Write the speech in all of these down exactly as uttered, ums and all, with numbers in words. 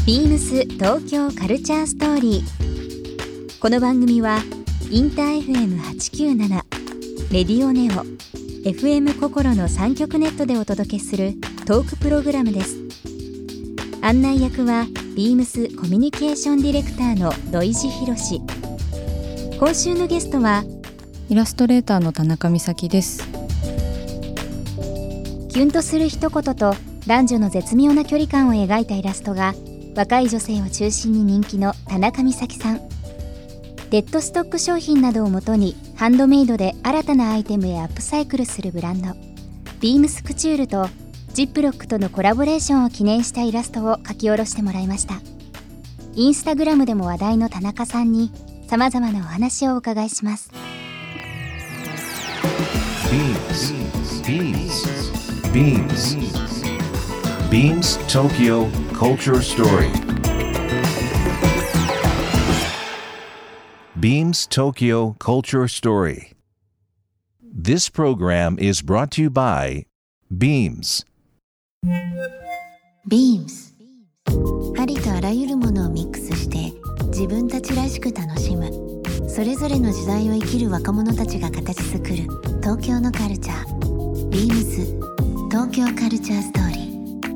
ビームス東京カルチャーストーリー。この番組はインター エフエムはちきゅうなな、レディオネオ、エフエム 心のさん局ネットでお届けするトークプログラムです。案内役はビームスコミュニケーションディレクターの土井博志。今週のゲストはイラストレーターの田中美咲です。 キュンとする一言と男女の絶妙な距離感を描いたイラストが若い女性を中心に人気の田中美咲さん。デッドストック商品などをもとにハンドメイドで新たなアイテムへアップサイクルするブランドビームスクチュールとジップロックとのコラボレーションを記念したイラストを描き下ろしてもらいました。インスタグラムでも話題の田中さんに様々なお話をお伺いします。 ビームス ビームス ビームス ビームス Tokyo Culture Story Beams Tokyo Culture Story. This program is brought to you by Beams. Beams ありとあらゆるものをミックスして自分たちらしく楽しむ、それぞれの時代を生きる若者たちが形作る東京のカルチャー。 Beams 東京カルチャーストーリー。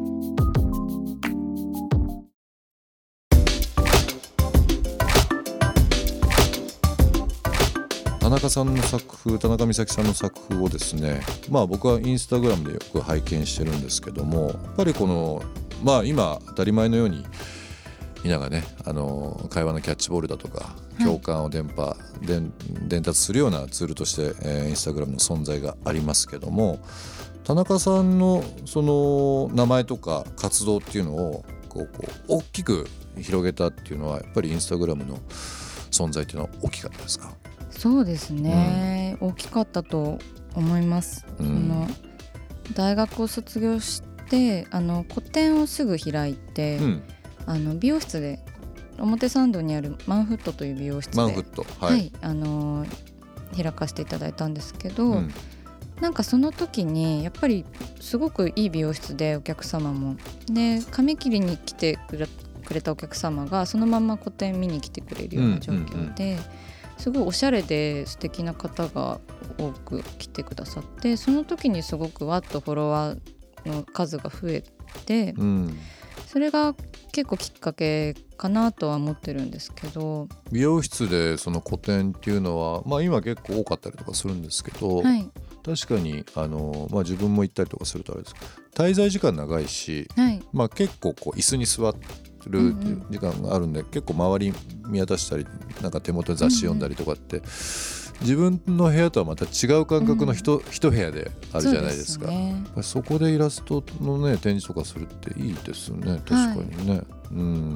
田中さんの作風、田中美咲さんの作風をですね、まあ僕はインスタグラムでよく拝見してるんですけども、やっぱりこのまあ今当たり前のようにみんながね、あの会話のキャッチボールだとか共感を伝播、はい、伝, 伝達するようなツールとして、えー、インスタグラムの存在がありますけども、田中さんのその名前とか活動っていうのをこうこう大きく広げたっていうのは、やっぱりインスタグラムの存在っていうのは大きかったですか？ そうですね、うん、大きかったと思います、うん、その大学を卒業してあの個展をすぐ開いて、うん、あの美容室で表参道にあるマンフットという美容室でマンフット、はいはい、あの開かせていただいたんですけど、うん、なんかその時にやっぱりすごくいい美容室でお客様もで髪切りに来てくれ、くれたお客様がそのまま個展見に来てくれるような状況で、うんうんうん、すごいおしゃれで素敵な方が多く来てくださって、その時にすごくわっとフォロワーの数が増えて、うん、それが結構きっかけかなとは思ってるんですけど、 美容室でその個展っていうのは、まあ、今結構多かったりとかするんですけど、はい、確かにあの、まあ、自分も行ったりとかするとあれですけど滞在時間長いし、はい、まあ、結構こう椅子に座ってる時間があるんで、うんうん、結構周り見渡したりなんか手元で雑誌読んだりとかって、うんうん、自分の部屋とはまた違う感覚の 一,、うん、一部屋であるじゃないですか。 そうですね、そこでイラストの、ね、展示とかするっていいですね。確かにね、はい、うん、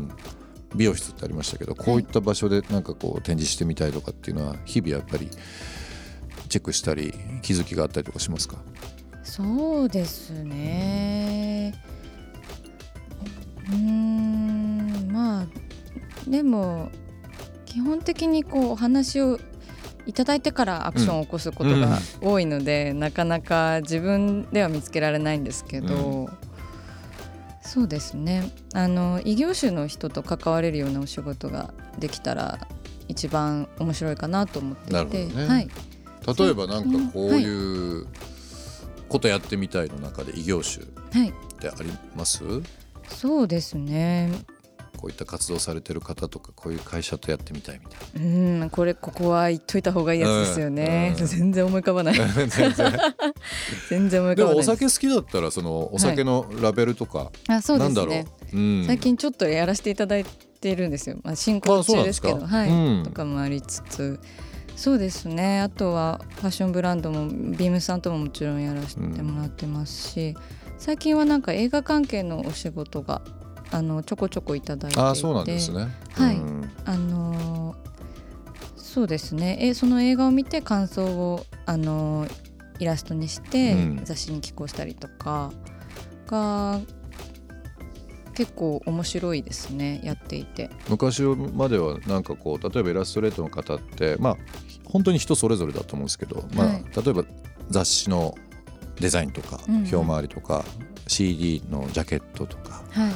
美容室ってありましたけど、こういった場所でなんかこう展示してみたいとかっていうのは日々やっぱりチェックしたり気づきがあったりとかしますか？ そうですね、うーん、まあでも基本的にこうお話をいただいてからアクションを起こすことが多いので、うん、なかなか自分では見つけられないんですけど、うん、そうですね、あの異業種の人と関われるようなお仕事ができたら一番面白いかなと思っていて。なるほどね、はい、例えばなんかこういうことやってみたいの中で異業種ってあります？はい、 そうですね、 こういった活動されてる方とかこういう会社とやってみたいみたいな。うん、これここは言っといた方がいいやつですよね、うんうん、全然思い浮かばない全然全然思い浮かばない。 でもお酒好きだったらそのお酒のラベルとか、はい、あ、そうですね、なんだろう、うん、 最近ちょっとやらせていただいてるんですよ、まあ、進行中ですけど、はい、うん、とかもありつつ、そうですね、あとはファッションブランドもビームさんとももちろんやらせてもらってますし、うん、最近はなんか映画関係のお仕事があのちょこちょこいただいていて。あ、そうなんですね、はい、うん、あのそうですね、えその映画を見て感想をあのイラストにして雑誌に寄稿したりとかが結構面白いですね、やっていて。 昔まではなんかこう例えばイラストレートの方ってまあ本当に人それぞれだと思うんですけど、まあ、はい、例えば雑誌のデザインとか、うん、表回りとか シーディー のジャケットとか、はい、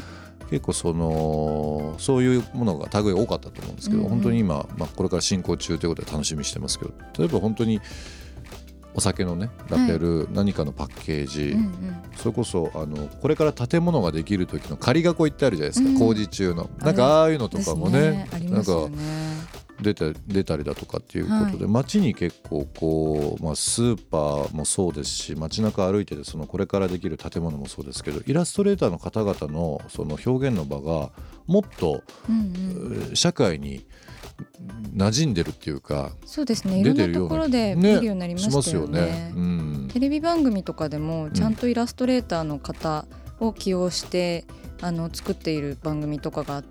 結構そのそういうものが類多かったと思うんですけど、うんうん、本当に今、まあ、これから進行中ということで楽しみにしてますけど、例えば本当にお酒のねラベル、はい、何かのパッケージ、うんうん、それこそあのこれから建物ができる時の仮囲いってあるじゃないですか、うん、工事中のなんかああいうのとかもね、なんか出た、出たりだとかっていうことで、はい、街に結構こう、まあ、スーパーもそうですし、街中歩いててそのこれからできる建物もそうですけど、イラストレーターの方々のその表現の場がもっと、うんうん、社会に馴染んでるっていうか、 そうですね、いろんなところで見るようになりましたよね。ね、しますよね、うん、テレビ番組とかでもちゃんとイラストレーターの方を起用して、うん、あの作っている番組とかがあって、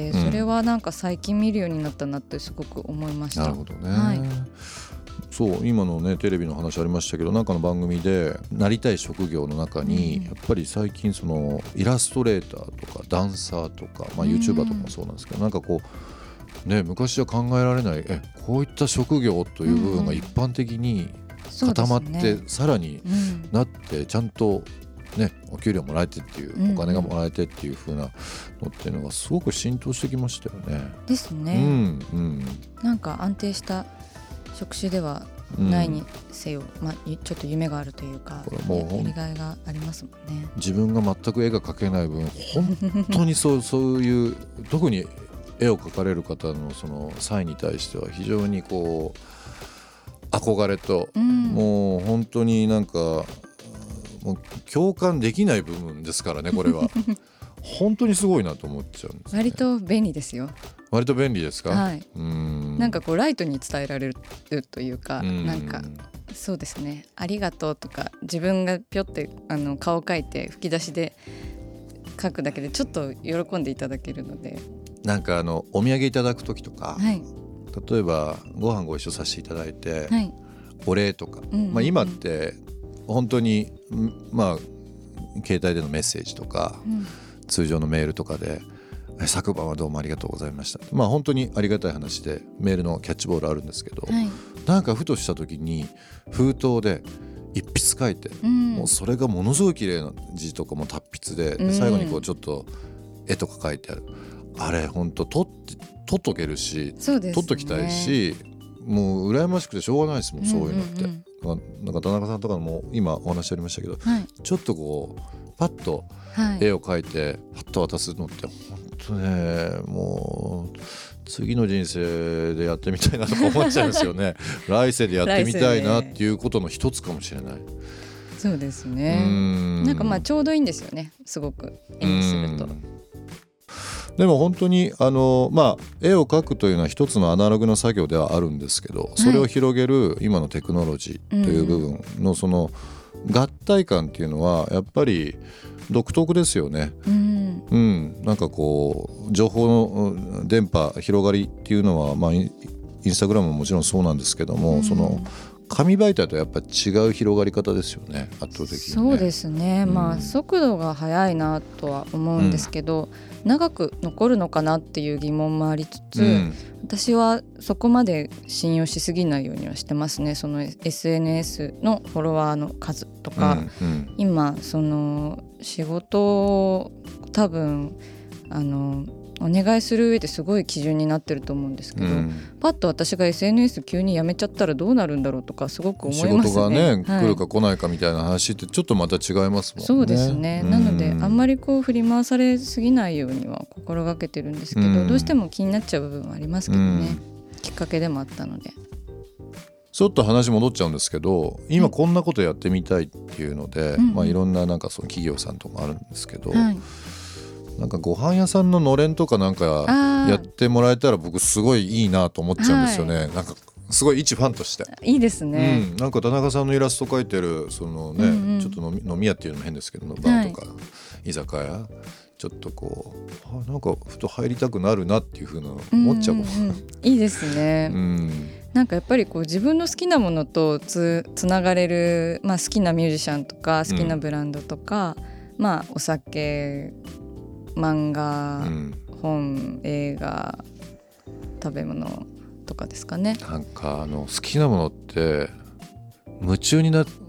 それはなんか最近見るようになったなってすごく思いました。 なるほどね、はい、そう今のねテレビの話ありましたけど、なんかの番組でなりたい職業の中に、うん、やっぱり最近そのイラストレーターとかダンサーとか、まあ、YouTuber とかもそうなんですけど、うん、なんかこうね、昔は考えられないえこういった職業という部分が一般的に固まって、うんうんね、さらになってちゃんと、ね、お給料もらえてっていう、うんうん、お金がもらえてっていう風なのっていうのがすごく浸透してきましたよね。 ですね、 うんうん、 なんか安定した職種ではないにせよ、うん、まあ、ちょっと夢があるというかやりがいがありますもんね。 自分が全く絵が描けない分本当にそう、そういう特に絵を描かれる方のその際に対しては非常にこう憧れと、うん、もう本当になんかもう共感できない部分ですからね、これは本当にすごいなと思っちゃうんです、ね、 割と便利ですよ。 割と便利ですか、 はい、 うーんなんかこうライトに伝えられるというか、うんなんかそうですね、ありがとうとか自分がぴょってあの顔描いて吹き出しで描くだけでちょっと喜んでいただけるので、 なんかあのお土産いただく時とか、 はい、 例えばご飯ご一緒させていただいて、 はい、 お礼とか、うんうんうん、まあ、今って本当にまあ携帯でのメッセージとか、うん、通常のメールとかで昨晩はどうもありがとうございました、まあ本当にありがたい話でメールのキャッチボールあるんですけど、はい、なんかふとした時に封筒で一筆書いて、うん、もうそれがものすごい綺麗な字とかも達筆 で, で最後にこうちょっと絵とか書いてある、うん、あれ本当取って取っとけるし、 そうですね、 取っときたいし、もう羨ましくてしょうがないですもん、そういうのって、うんうんうん、なんか田中さんとかも今お話ありましたけど、はい、ちょっとこうパッと絵を描いてパッと渡すのって本当ね、もう次の人生でやってみたいなとか思っちゃうんですよね来世でやってみたいなっていうことの一つかもしれない。 そうですね、んなんかまあちょうどいいんですよね、すごく絵にすると。 でも本当にあの、まあ、絵を描くというのは一つのアナログの作業ではあるんですけど、それを広げる今のテクノロジーという部分のその合体感っていうのはやっぱり独特ですよね、うんうん、なんかこう情報の電波広がりっていうのは、まあ、インスタグラムももちろんそうなんですけども、うん、その紙媒体とやっぱり違う広がり方ですよね、圧倒的にね。 そうですね、うん、まあ速度が速いなとは思うんですけど、うん、長く残るのかなっていう疑問もありつつ、うん、私はそこまで信用しすぎないようにはしてますね。その エスエヌエス のフォロワーの数とか、うんうん、今その仕事を多分あのお願いする上ですごい基準になってると思うんですけど、うん、パッと私が エスエヌエス 急にやめちゃったらどうなるんだろうとかすごく思いますね。 仕事がね、はい、来るか来ないかみたいな話ってちょっとまた違いますもんね。 そうですね、うん、なのであんまりこう振り回されすぎないようには心がけてるんですけど、うん、どうしても気になっちゃう部分はありますけどね、うん、きっかけでもあったので。 ちょっと話戻っちゃうんですけど、今こんなことやってみたいっていうので、はい、まあ、いろんななんかその企業さんとかあるんですけど、はい、なんかご飯屋さんののれんとかなんかやってもらえたら僕すごいいいなと思っちゃうんですよね、はい、なんかすごい一ファンとしていいですね、 うん、なんか田中さんのイラスト描いてるそのね、うんうん、ちょっと飲み、飲み屋っていうのも変ですけどバーとか、はい、居酒屋ちょっとこうなんかふと入りたくなるなっていう風なの思っちゃう、うんうん、 いいですね、うん、なんかやっぱりこう自分の好きなものと つ, つながれる、まあ、好きなミュージシャンとか好きなブランドとか、うん、まあお酒漫画、うん、本、映画、食べ物とかですかね。 なんかあの好きなものって夢中に な,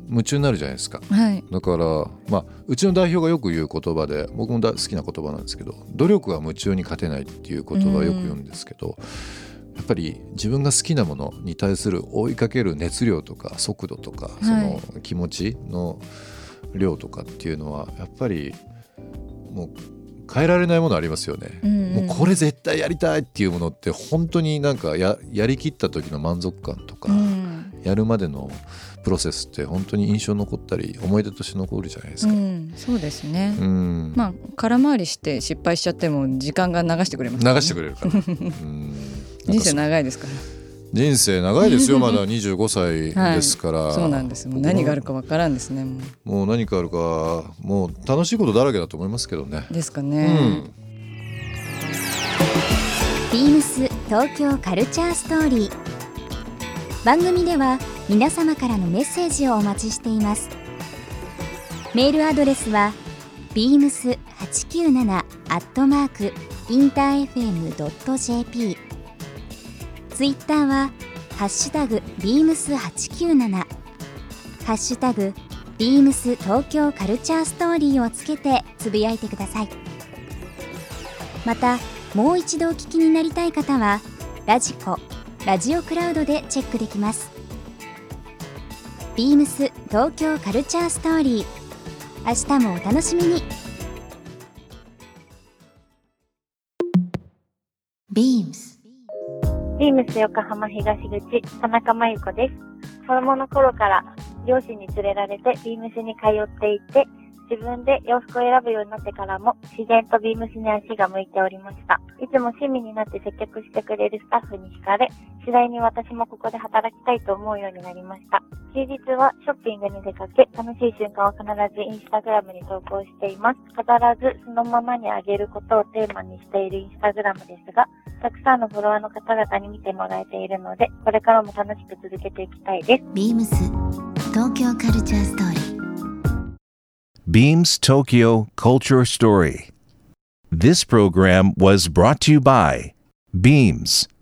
夢中になるじゃないですか、 はい、 だから、まあ、うちの代表がよく言う言葉で僕も好きな言葉なんですけど、努力は夢中に勝てないっていう言葉をよく言うんですけど、やっぱり自分が好きなものに対する追いかける熱量とか速度とか、その気持ちの量とかっていうのはやっぱりもう変えられないものありますよね、うんうん、もうこれ絶対やりたいっていうものって本当になんか や, やりきった時の満足感とか、うん、やるまでのプロセスって本当に印象に残ったり思い出として残るじゃないですか、うん、 そうですね、 うん、 まあ空回りして失敗しちゃっても時間が流してくれますからね、 流してくれるから、うん、 人生長いですから。 人生長いですよまだにじゅうごさいですから、はい、 そうなんです。もう何があるか分からんですね。もう、 もう何かあるかもう楽しいことだらけだと思いますけどね。 ですかね、うん、 ビームス東京カルチャーストーリー。番組では皆様からのメッセージをお待ちしています。メールアドレスは ビームスはちきゅうなな アットマーク インターエフエム ドット ジェーピー、ツイッターはハッシュタグ ビームスはちきゅうなな、ハッシュタグ ビームス 東京カルチャーストーリーをつけてつぶやいてください。またもう一度お聞きになりたい方はラジコ、ラジオクラウドでチェックできます。ビームス東京カルチャーストーリー、明日もお楽しみに。 ビームスビームス横浜東口、田中真由子です。子供の頃から両親に連れられてビームスに通っていて、自分で洋服を選ぶようになってからも自然とビームスに足が向いておりました。いつも親身になって接客してくれるスタッフに惹かれ、次第に私もここで働きたいと思うようになりました。休日はショッピングに出かけ、楽しい瞬間を必ずインスタグラムに投稿しています。飾らずそのままに上げることをテーマにしているインスタグラムですが、たくさんのフォロワーの方々に見てもらえているので、これからも楽しく続けていきたいです。 ビームス東京カルチャーストーリー。 Beams Tokyo Culture Story. This program was brought to you by Beams.